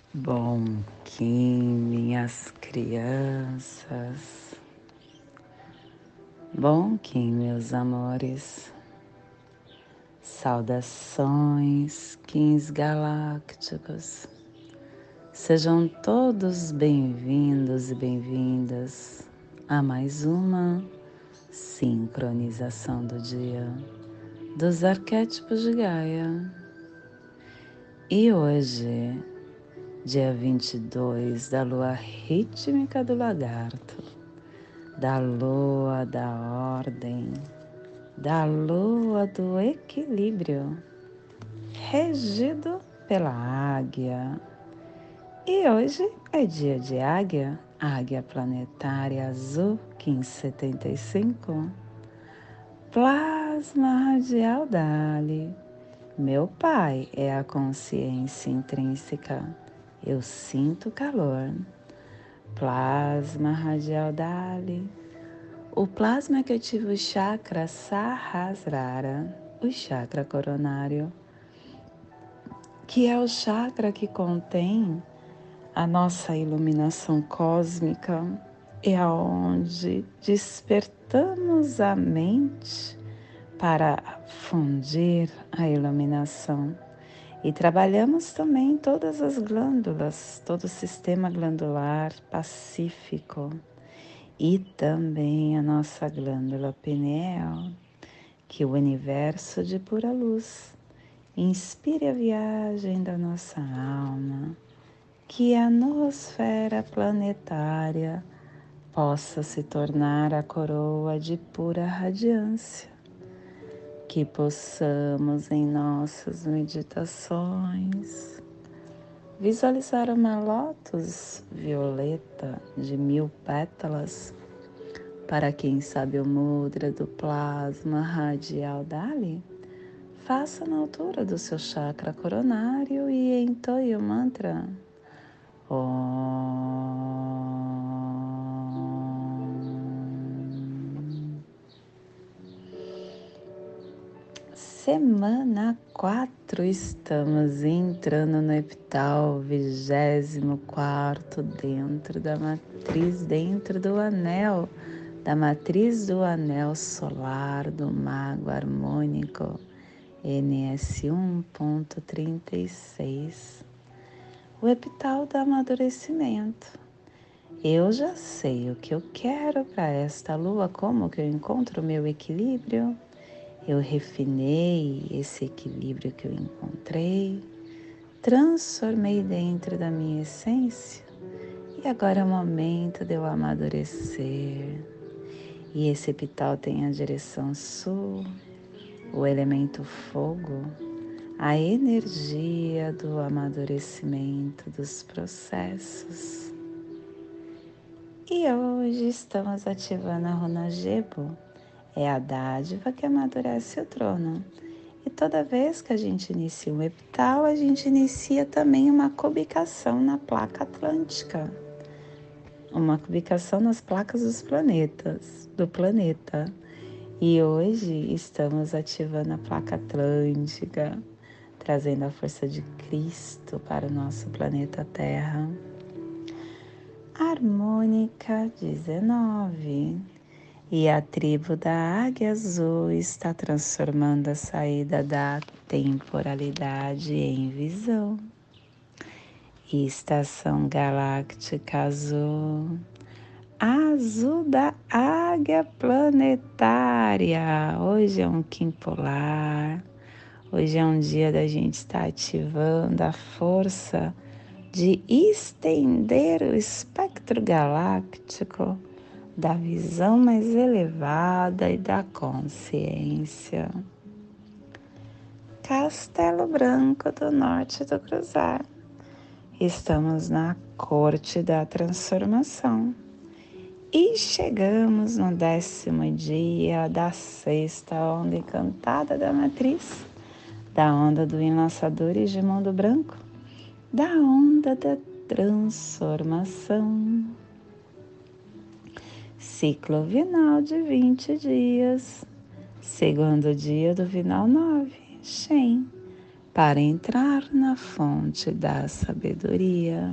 Bom Kim, minhas crianças. Bom Kim, meus amores. Saudações, Kins galácticos. Sejam todos bem-vindos e bem-vindas a mais uma sincronização do dia dos arquétipos de Gaia. E hoje, dia 22 da lua rítmica do lagarto, da lua da ordem, da lua do equilíbrio, regido pela águia. E hoje é dia de águia, águia planetária azul 1575, plasma radial Dali. Meu pai é a consciência intrínseca, eu sinto calor. Plasma radial Dali. O plasma que ativa o chakra Sahasrara, o chakra coronário, que é o chakra que contém a nossa iluminação cósmica, é aonde despertamos a mente para fundir a iluminação. E trabalhamos também todas as glândulas, todo o sistema glandular pacífico e também a nossa glândula pineal, que o universo de pura luz inspire a viagem da nossa alma, que a nosfera planetária possa se tornar a coroa de pura radiância, que possamos em nossas meditações visualizar uma lótus violeta de 1000 pétalas. Para quem sabe o mudra do plasma radial Dali, faça na altura do seu chakra coronário e entoie o mantra Om. Semana 4, estamos entrando no epital 24º dentro da matriz, dentro do anel, da matriz do anel solar do mago harmônico NS 1.36, o epital do amadurecimento. Eu já sei o que eu quero para esta lua, como que eu encontro o meu equilíbrio. Eu refinei esse equilíbrio que eu encontrei, transformei dentro da minha essência e agora é o momento de eu amadurecer. E esse epital tem a direção sul, o elemento fogo, a energia do amadurecimento dos processos. E hoje estamos ativando a runa Gebo. É a dádiva que amadurece o trono. E toda vez que a gente inicia um epital, a gente inicia também uma cubicação na placa atlântica. Uma cubicação nas placas dos planetas, do planeta. E hoje estamos ativando a placa atlântica, trazendo a força de Cristo para o nosso planeta Terra. Harmônica 19. E a tribo da Águia Azul está transformando a saída da temporalidade em visão. Estação Galáctica Azul, azul da Águia Planetária. Hoje é um Kim polar. Hoje é um dia da gente estar ativando a força de estender o espectro galáctico da visão mais elevada e da consciência. Castelo Branco do Norte do Cruzar. Estamos na corte da transformação e chegamos no 10º dia da 6ª onda encantada da matriz, da onda do enlaçador Hegemundo Branco, da onda da transformação. Ciclo vinal de 20 dias, segundo dia do vinal 9, Shen, para entrar na fonte da sabedoria.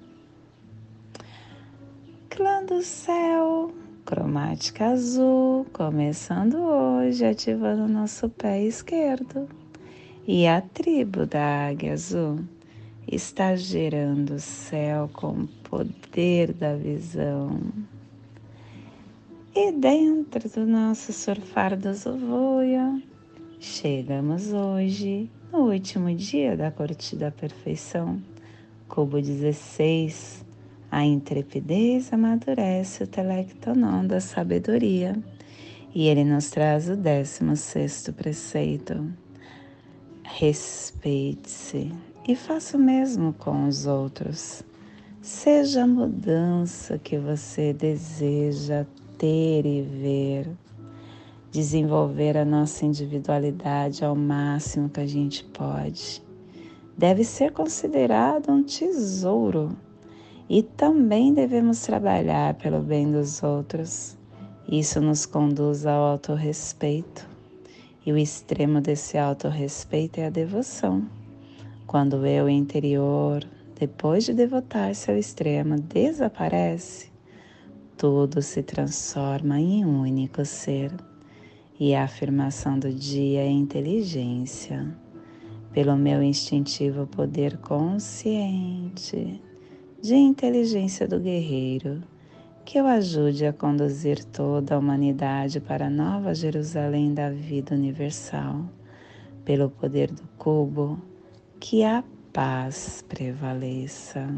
Clã do céu, cromática azul, começando hoje, ativando nosso pé esquerdo. E a tribo da águia azul está gerando o céu com o poder da visão. E dentro do nosso surfar do Zovoia, chegamos hoje no último dia da corte da perfeição. Cubo 16, a intrepidez amadurece o telectonon da sabedoria. E ele nos traz o 16º preceito. Respeite-se e faça o mesmo com os outros. Seja a mudança que você deseja ter e ver. Desenvolver a nossa individualidade ao máximo que a gente pode. Deve ser considerado um tesouro. E também devemos trabalhar pelo bem dos outros. Isso nos conduz ao autorrespeito. E o extremo desse autorrespeito é a devoção. Quando o eu interior, depois de devotar-se ao extremo, desaparece, tudo se transforma em um único ser. E a afirmação do dia é inteligência. Pelo meu instintivo poder consciente de inteligência do guerreiro, que eu ajude a conduzir toda a humanidade para a nova Jerusalém da vida universal. Pelo poder do cubo, que a paz prevaleça.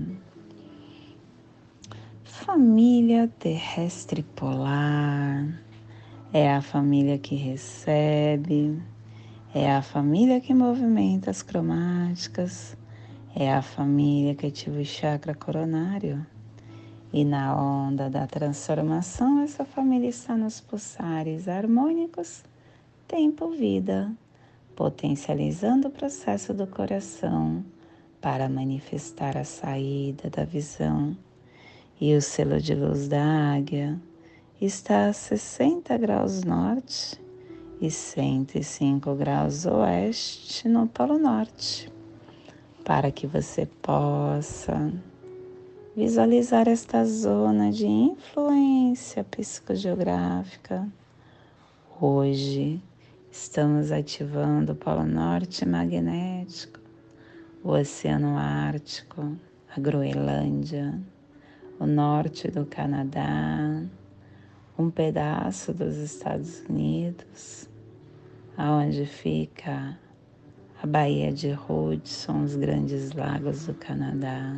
Família terrestre polar é a família que recebe, é a família que movimenta as cromáticas, é a família que ativa o chakra coronário. E na onda da transformação, essa família está nos pulsares harmônicos, tempo-vida, potencializando o processo do coração para manifestar a saída da visão. E o selo de luz da águia está a 60 graus norte e 105 graus oeste no Polo Norte, para que você possa visualizar esta zona de influência psicogeográfica. Hoje estamos ativando o Polo Norte magnético, o Oceano Ártico, a Groenlândia, o norte do Canadá, um pedaço dos Estados Unidos, aonde fica a Baía de Hudson, os grandes lagos do Canadá.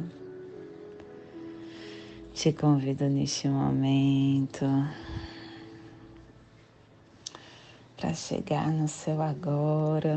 Te convido neste momento para chegar no seu agora,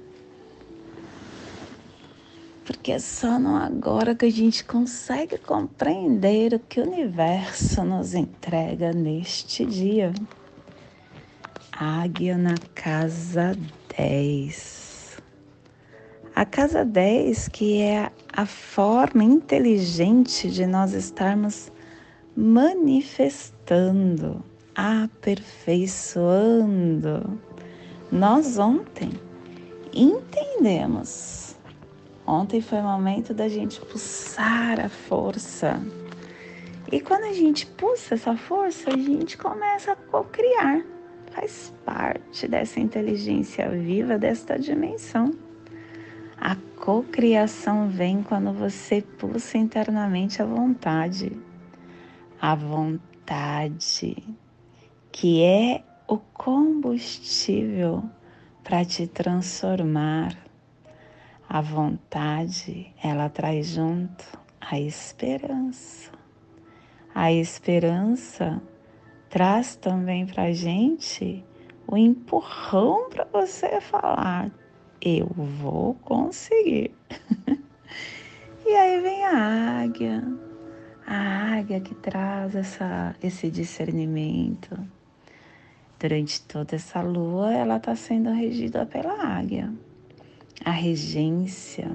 porque é só no agora que a gente consegue compreender o que o universo nos entrega neste dia. Águia na casa 10. A casa 10, que é a forma inteligente de nós estarmos manifestando, aperfeiçoando. Nós ontem entendemos. Ontem foi o momento da gente pulsar a força. E quando a gente pulsa essa força, a gente começa a cocriar. Faz parte dessa inteligência viva, desta dimensão. A cocriação vem quando você pulsa internamente a vontade. A vontade, que é o combustível para te transformar. A vontade, ela traz junto a esperança. A esperança traz também para a gente o empurrão para você falar: eu vou conseguir. E aí vem a águia que traz esse discernimento. Durante toda essa lua, ela está sendo regida pela águia. A regência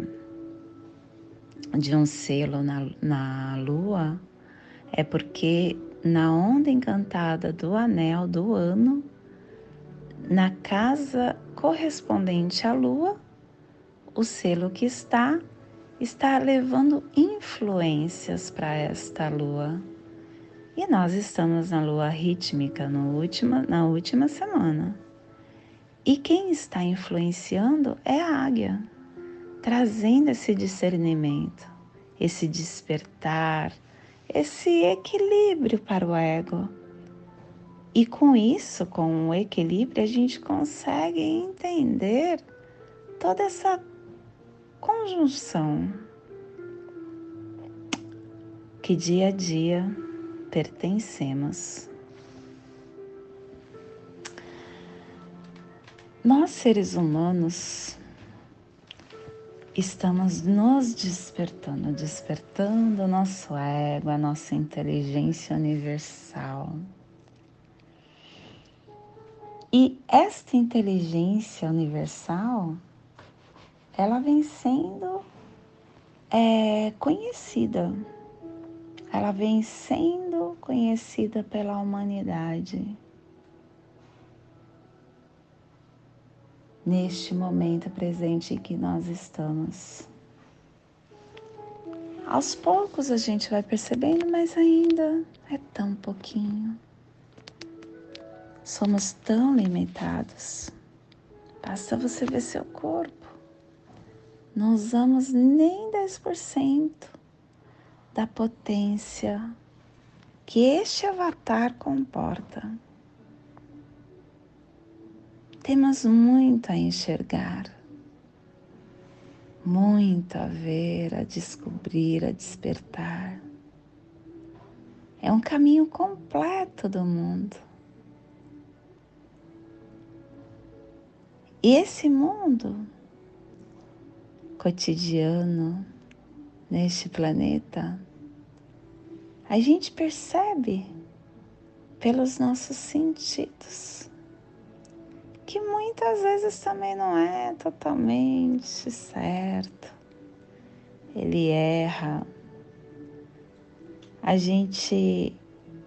de um selo na lua é porque na onda encantada do anel do ano, na casa correspondente à lua, o selo que está levando influências para esta lua. E nós estamos na lua rítmica na última semana. E quem está influenciando é a águia, trazendo esse discernimento, esse despertar, esse equilíbrio para o ego. E com isso, com o equilíbrio, a gente consegue entender toda essa conjunção que dia a dia pertencemos. Nós, seres humanos, estamos nos despertando o nosso ego, a nossa inteligência universal. E esta inteligência universal, ela vem sendo conhecida. Ela vem sendo conhecida pela humanidade. Neste momento presente em que nós estamos. Aos poucos a gente vai percebendo, mas ainda é tão pouquinho. Somos tão limitados. Basta você ver seu corpo. Não usamos nem 10% da potência que este avatar comporta. Temos muito a enxergar, muito a ver, a descobrir, a despertar. É um caminho completo do mundo. E esse mundo cotidiano neste planeta, a gente percebe pelos nossos sentidos, que muitas vezes também não é totalmente certo. Ele erra. A gente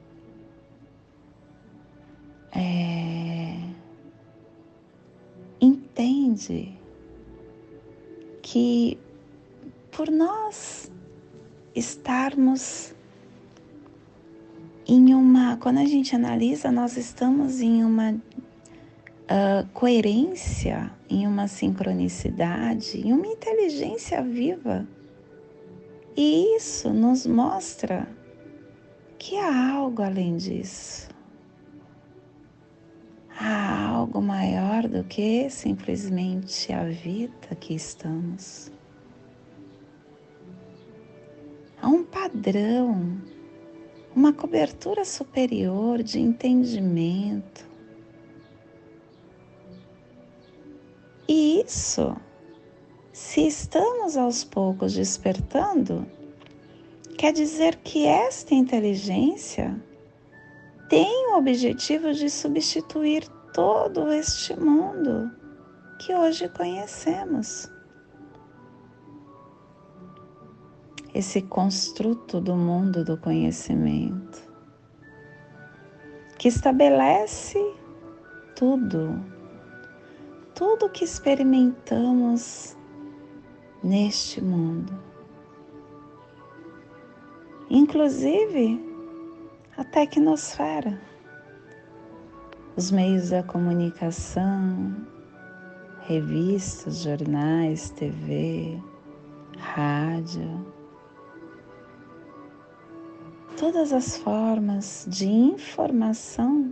entende que por nós estarmos quando a gente analisa, nós estamos em uma coerência, em uma sincronicidade, em uma inteligência viva. E isso nos mostra que há algo além disso. Há algo maior do que simplesmente a vida que estamos. Há um padrão, uma cobertura superior de entendimento. E isso, se estamos aos poucos despertando, quer dizer que esta inteligência tem o objetivo de substituir todo este mundo que hoje conhecemos. Esse construto do mundo do conhecimento, que estabelece tudo que experimentamos neste mundo. Inclusive a tecnosfera, os meios da comunicação, revistas, jornais, TV, rádio, todas as formas de informação,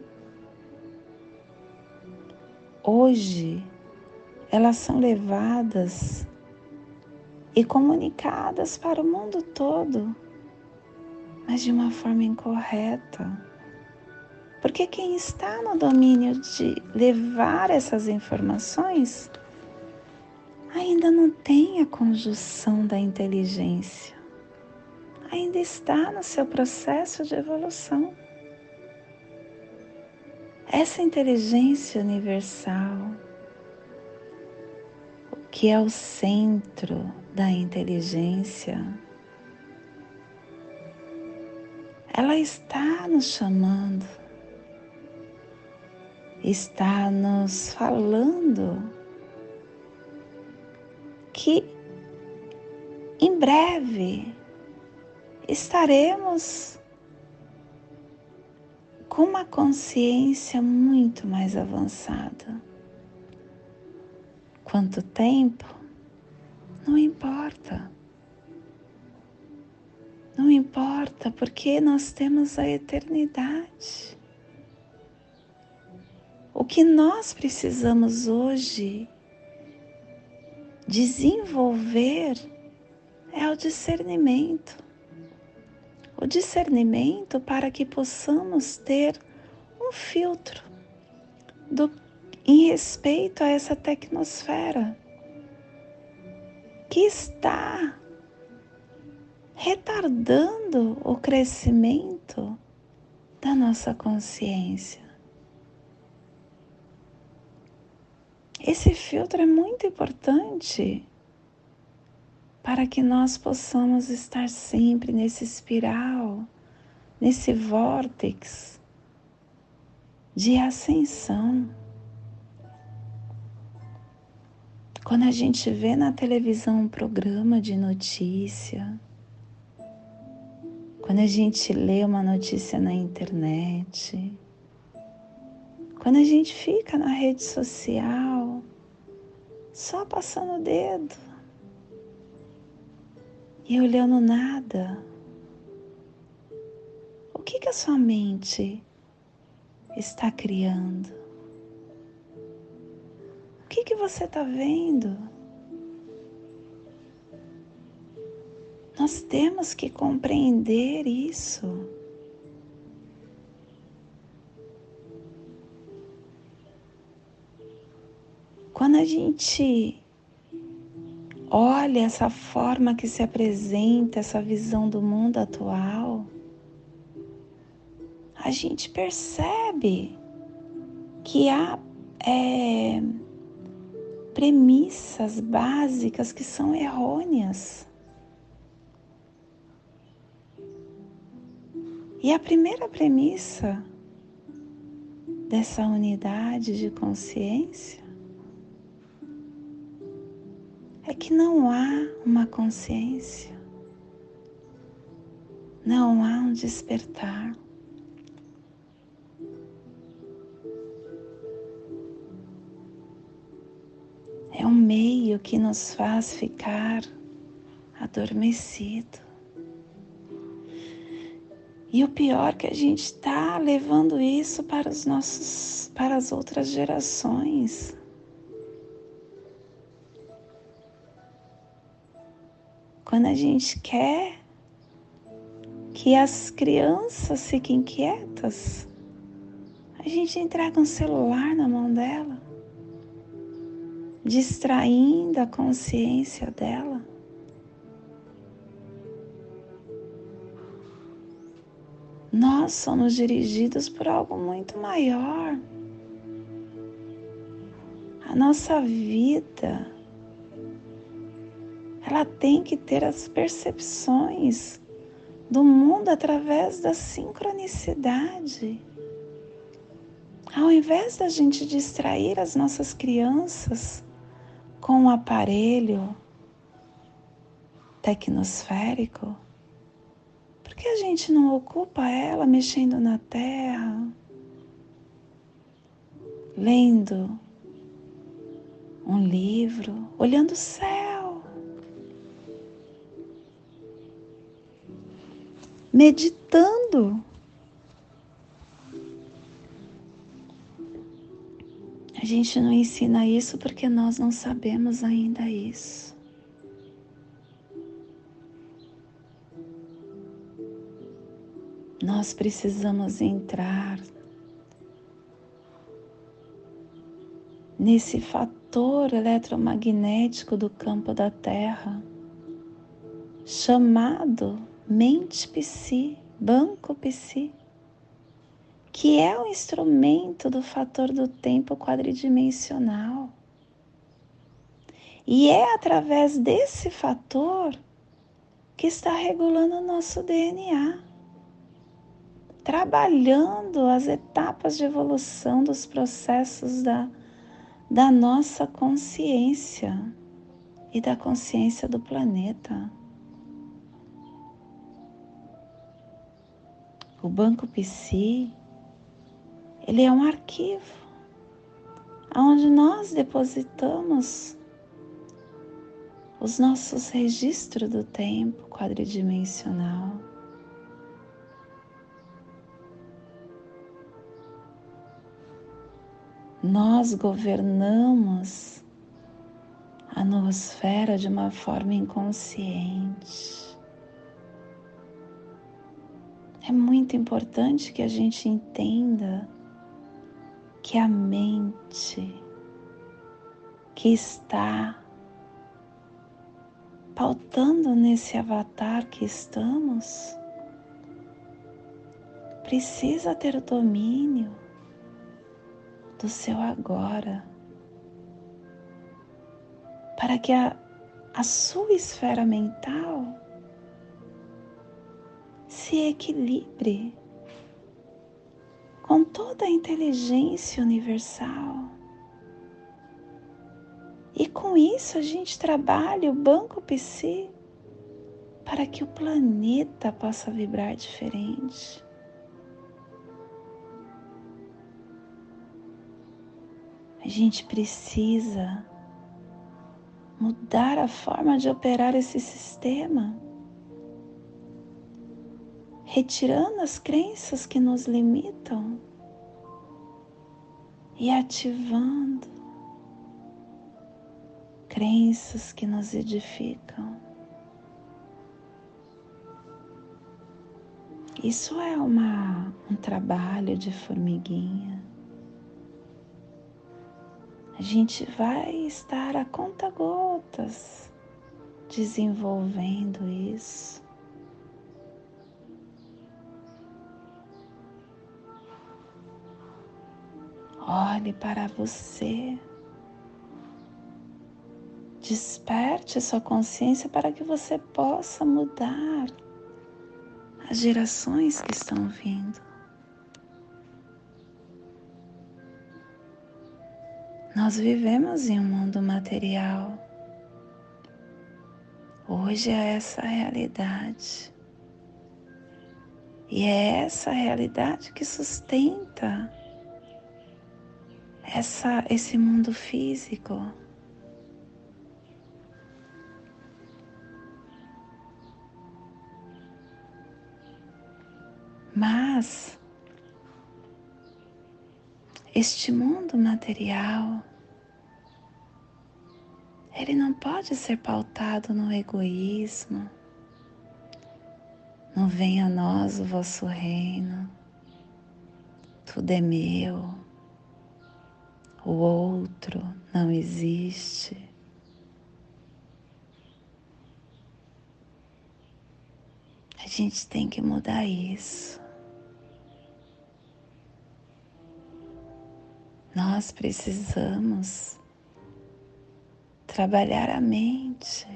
hoje elas são levadas e comunicadas para o mundo todo, mas de uma forma incorreta. Porque quem está no domínio de levar essas informações ainda não tem a conjunção da inteligência, ainda está no seu processo de evolução. Essa inteligência universal, que é o centro da inteligência, ela está nos chamando, está nos falando que em breve estaremos com uma consciência muito mais avançada. Quanto tempo? Não importa. Não importa, porque nós temos a eternidade. O que nós precisamos hoje desenvolver é o discernimento. O discernimento para que possamos ter um filtro em respeito a essa tecnosfera que está retardando o crescimento da nossa consciência. Esse filtro é muito importante para que nós possamos estar sempre nesse espiral, nesse vórtice de ascensão. Quando a gente vê na televisão um programa de notícia, quando a gente lê uma notícia na internet, quando a gente fica na rede social, só passando o dedo e olhando nada, o que a sua mente está criando? O que você está vendo? Nós temos que compreender isso. Quando a gente olha essa forma que se apresenta, essa visão do mundo atual, a gente percebe que há premissas básicas que são errôneas. E a primeira premissa dessa unidade de consciência é que não há uma consciência, não há um despertar. É um meio que nos faz ficar adormecido. E o pior é que a gente está levando isso para as outras gerações. Quando a gente quer que as crianças fiquem quietas, a gente entrega um celular na mão dela, distraindo a consciência dela. Nós somos dirigidos por algo muito maior. A nossa vida, ela tem que ter as percepções do mundo através da sincronicidade. Ao invés da gente distrair as nossas crianças com um aparelho tecnosférico, por que a gente não ocupa ela mexendo na terra, lendo um livro, olhando o céu, meditando? A gente não ensina isso porque nós não sabemos ainda isso. Nós precisamos entrar nesse fator eletromagnético do campo da Terra, chamado mente psi, banco psi, que é o instrumento do fator do tempo quadridimensional. E é através desse fator que está regulando o nosso DNA, trabalhando as etapas de evolução dos processos da nossa consciência. e da consciência do planeta. O Banco Psi, ele é um arquivo onde nós depositamos os nossos registros do tempo quadridimensional. Nós governamos a noosfera de uma forma inconsciente. É muito importante que a gente entenda que a mente que está pautando nesse avatar que estamos precisa ter o domínio do seu agora, para que a sua esfera mental se equilibre com toda a inteligência universal. E com isso a gente trabalha o Banco Psi para que o planeta possa vibrar diferente. A gente precisa mudar a forma de operar esse sistema, retirando as crenças que nos limitam e ativando crenças que nos edificam. Isso é um trabalho de formiguinha. A gente vai estar a conta-gotas desenvolvendo isso. Olhe para você. Desperte a sua consciência para que você possa mudar as gerações que estão vindo. Nós vivemos em um mundo material. Hoje é essa a realidade. E é essa realidade que sustenta esse mundo físico. Mas este mundo material, ele não pode ser pautado no egoísmo, no venha a nós o vosso reino, tudo é meu, o outro não existe. A gente tem que mudar isso. Nós precisamos trabalhar a mente,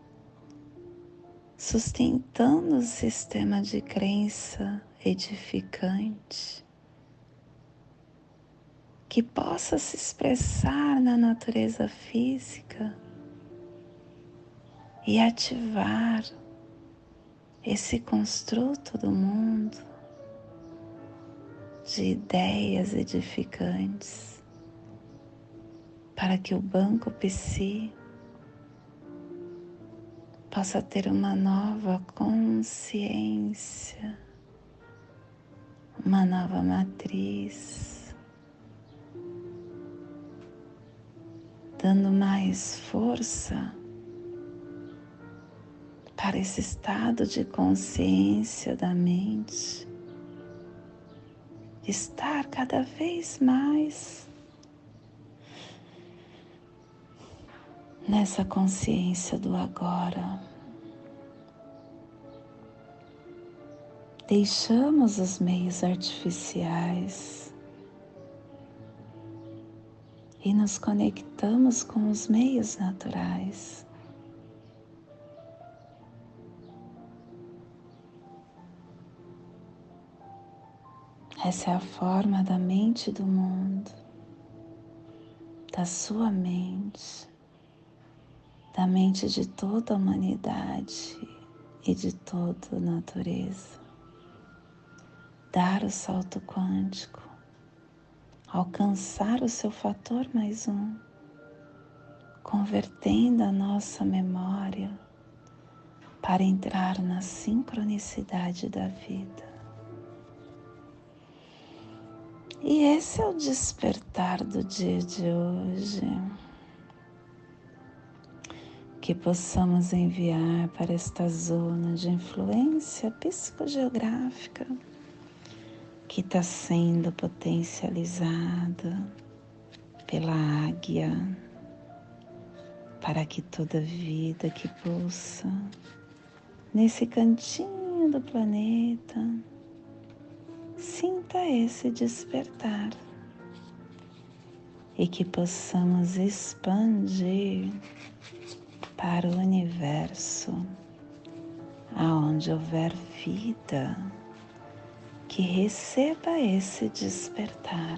sustentando o sistema de crença edificante, que possa se expressar na natureza física e ativar esse construto do mundo de ideias edificantes, para que o Banco Psi possa ter uma nova consciência, uma nova matriz, dando mais força para esse estado de consciência da mente, estar cada vez mais nessa consciência do agora. Deixamos os meios artificiais e nos conectamos com os meios naturais. Essa é a forma da mente do mundo, da sua mente, da mente de toda a humanidade e de toda a natureza. Dar o salto quântico, alcançar o seu fator +1, convertendo a nossa memória para entrar na sincronicidade da vida. E esse é o despertar do dia de hoje. Que possamos enviar para esta zona de influência psicogeográfica que está sendo potencializada pela águia, para que toda vida que pulsa nesse cantinho do planeta sinta esse despertar e que possamos expandir para o universo, aonde houver vida, que receba esse despertar.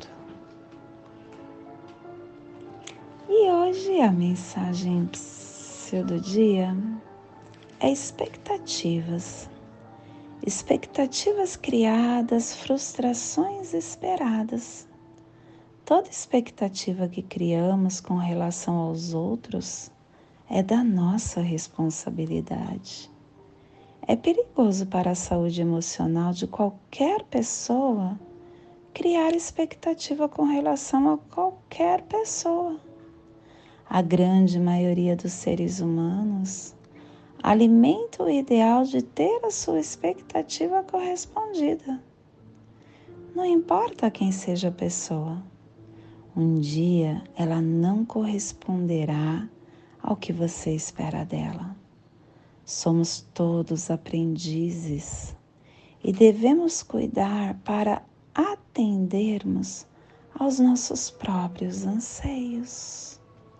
E hoje a mensagem do dia é expectativas. Expectativas criadas, frustrações esperadas. Toda expectativa que criamos com relação aos outros é da nossa responsabilidade. É perigoso para a saúde emocional de qualquer pessoa criar expectativa com relação a qualquer pessoa. A grande maioria dos seres humanos alimenta o ideal de ter a sua expectativa correspondida. Não importa quem seja a pessoa, um dia ela não corresponderá ao que você espera dela. Somos todos aprendizes e devemos cuidar para atendermos aos nossos próprios anseios.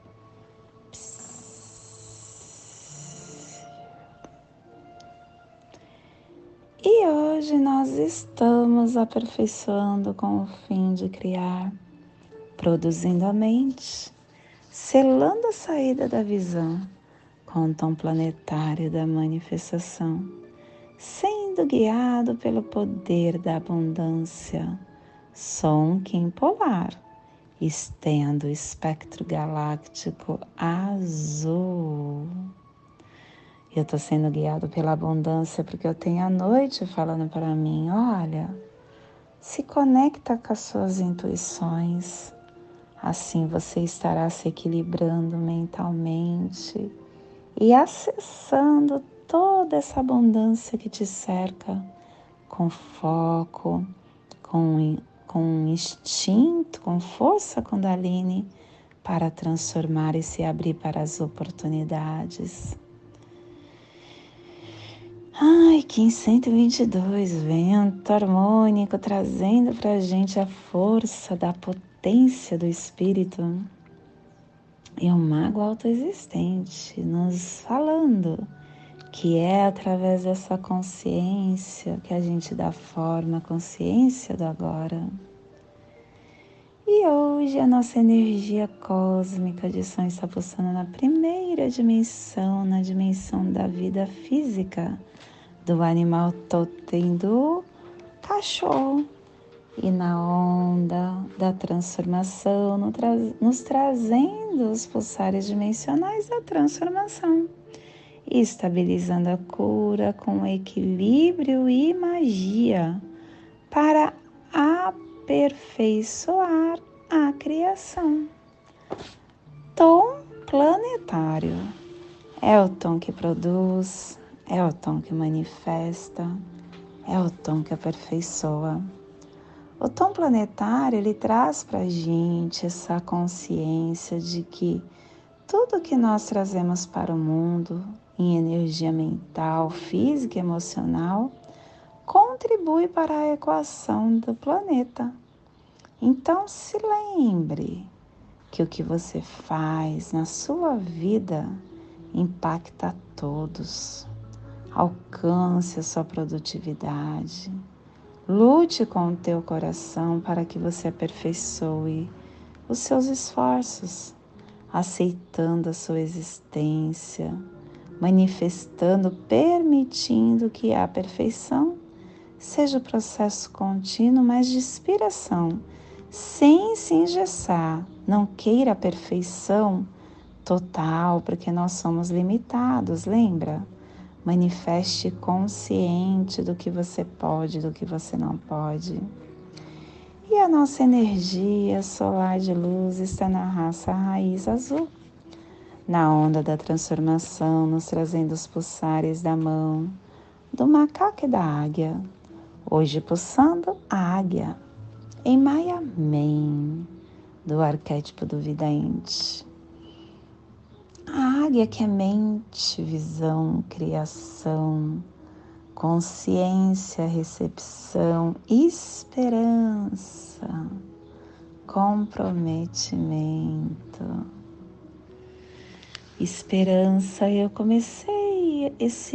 E hoje nós estamos aperfeiçoando com o fim de criar, produzindo a mente, selando a saída da visão com o tom planetário da manifestação, sendo guiado pelo poder da abundância, som Kim polar, estendo o espectro galáctico azul. Eu estou sendo guiado pela abundância porque eu tenho a noite falando para mim, olha, se conecta com as suas intuições, assim você estará se equilibrando mentalmente e acessando toda essa abundância que te cerca com foco, com instinto, com força Kundalini para transformar e se abrir para as oportunidades. Ai, Kim 122, vento harmônico trazendo para a gente a força da potência do Espírito. E o mago autoexistente nos falando que é através dessa consciência que a gente dá forma à consciência do agora. E hoje a nossa energia cósmica de som está pulsando na primeira dimensão, na dimensão da vida física, do animal totem do cachorro, e na onda da transformação, nos trazendo os pulsares dimensionais da transformação, e estabilizando a cura com equilíbrio e magia para aperfeiçoar a criação. Tom planetário é o tom que produz, é o tom que manifesta, é o tom que aperfeiçoa. O tom planetário, ele traz para a gente essa consciência de que tudo que nós trazemos para o mundo, em energia mental, física e emocional, contribui para a equação do planeta. Então, se lembre que o que você faz na sua vida impacta a todos. Alcance a sua produtividade. Lute com o teu coração para que você aperfeiçoe os seus esforços. aceitando a sua existência, manifestando, permitindo que a perfeição seja o processo contínuo, mas de inspiração, sem se engessar. Não queira a perfeição total, porque nós somos limitados, lembra? Manifeste consciente do que você pode, do que você não pode. E a nossa energia solar de luz está na raça raiz azul, na onda da transformação, nos trazendo os pulsares da mão, do macaco e da águia. Hoje pulsando a águia, em Maya Men, do arquétipo do vidente. A águia que é mente, visão, criação, consciência, recepção, esperança, comprometimento. Esperança, eu comecei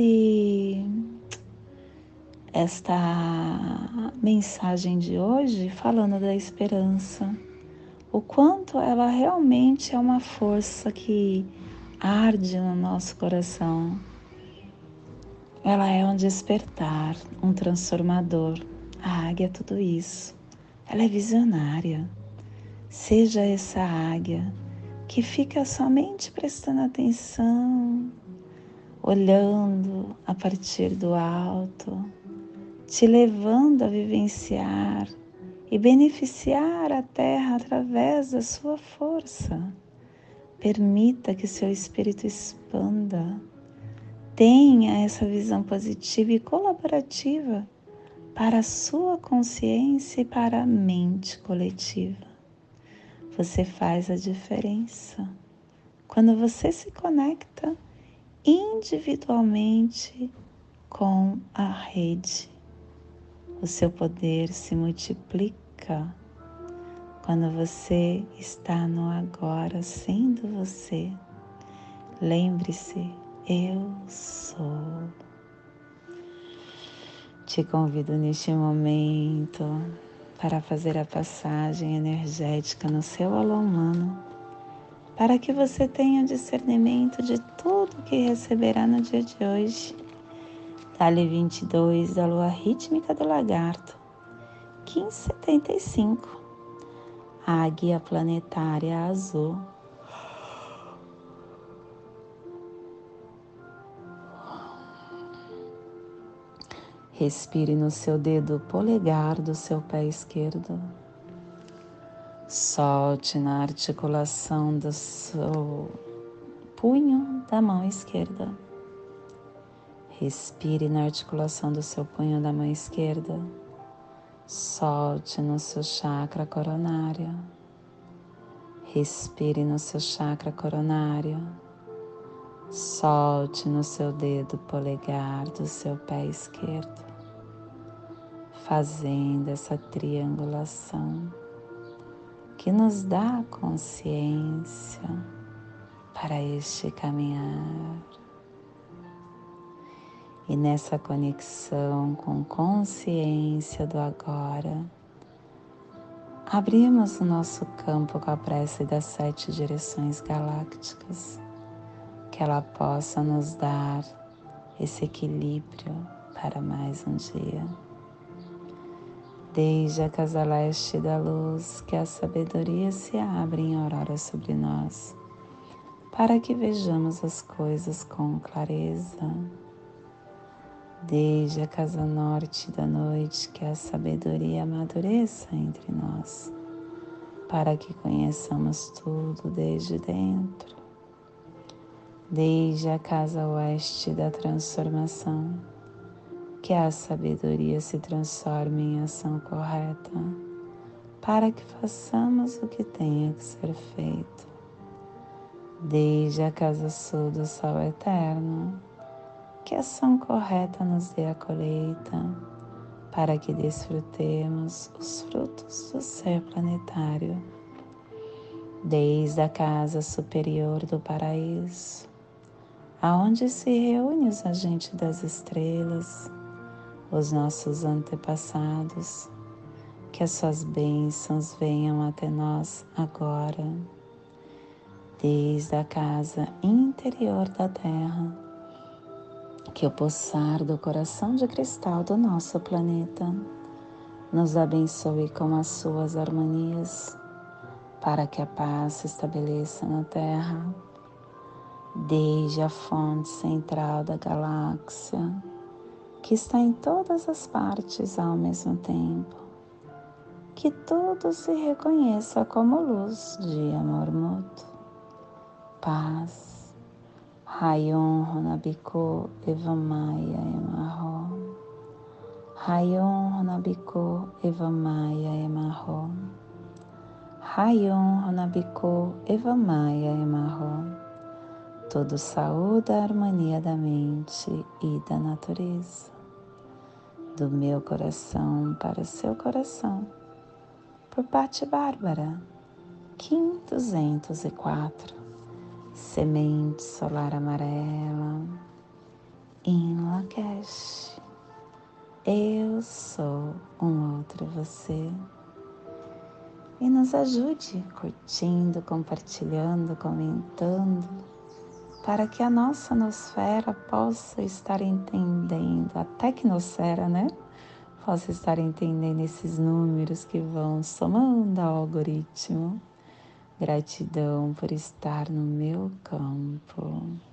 esta mensagem de hoje falando da esperança. O quanto ela realmente é uma força que arde no nosso coração. Ela é um despertar, um transformador. A águia é tudo isso. Ela é visionária. Seja essa águia que fica somente prestando atenção, olhando a partir do alto, te levando a vivenciar e beneficiar a Terra através da sua força. Permita que seu espírito expanda. Tenha essa visão positiva e colaborativa para a sua consciência e para a mente coletiva. Você faz a diferença quando você se conecta individualmente com a rede. O seu poder se multiplica quando você está no agora, sendo você. Lembre-se, eu sou. Te convido neste momento para fazer a passagem energética no seu alô humano, para que você tenha discernimento de tudo que receberá no dia de hoje. Dali 22 da lua rítmica do lagarto, 1575, águia planetária azul. Respire no seu dedo polegar do seu pé esquerdo. Solte na articulação do seu punho da mão esquerda. Respire na articulação do seu punho da mão esquerda. Solte no seu chakra coronário. Respire no seu chakra coronário. Solte no seu dedo polegar do seu pé esquerdo, fazendo essa triangulação que nos dá consciência para este caminhar. E nessa conexão com consciência do agora, abrimos o nosso campo com a prece das 7 direções galácticas, que ela possa nos dar esse equilíbrio para mais um dia. Desde a casa leste da luz, que a sabedoria se abra em aurora sobre nós, para que vejamos as coisas com clareza. Desde a casa norte da noite, que a sabedoria amadureça entre nós, para que conheçamos tudo desde dentro. Desde a casa oeste da transformação, que a sabedoria se transforme em ação correta, para que façamos o que tenha que ser feito. Desde a casa sul do sol eterno, que a ação correta nos dê a colheita, para que desfrutemos os frutos do ser planetário. Desde a casa superior do paraíso, aonde se reúnem os agentes das estrelas, os nossos antepassados, que as suas bênçãos venham até nós agora. desde a casa interior da Terra, que o pulsar do coração de cristal do nosso planeta nos abençoe com as suas harmonias, para que a paz se estabeleça na Terra, desde a fonte central da galáxia, que está em todas as partes ao mesmo tempo. Que tudo se reconheça como luz de amor mútuo. Paz. Rayon Runabiko Evamaya Emarro. Rayon Runabiko Evamaya Emarro. Rayon Runabiko Evamaya Emarro. Tudo saúde a harmonia da mente e da natureza. Do meu coração para o seu coração. Por Patti Bárbara, Kim 204, Semente Solar Amarela, em Lakesh. Eu sou um outro você. E nos ajude curtindo, compartilhando, comentando, para que a nossa nosfera possa estar entendendo, a tecnosfera, né? Possa estar entendendo esses números que vão somando ao algoritmo. Gratidão por estar no meu campo.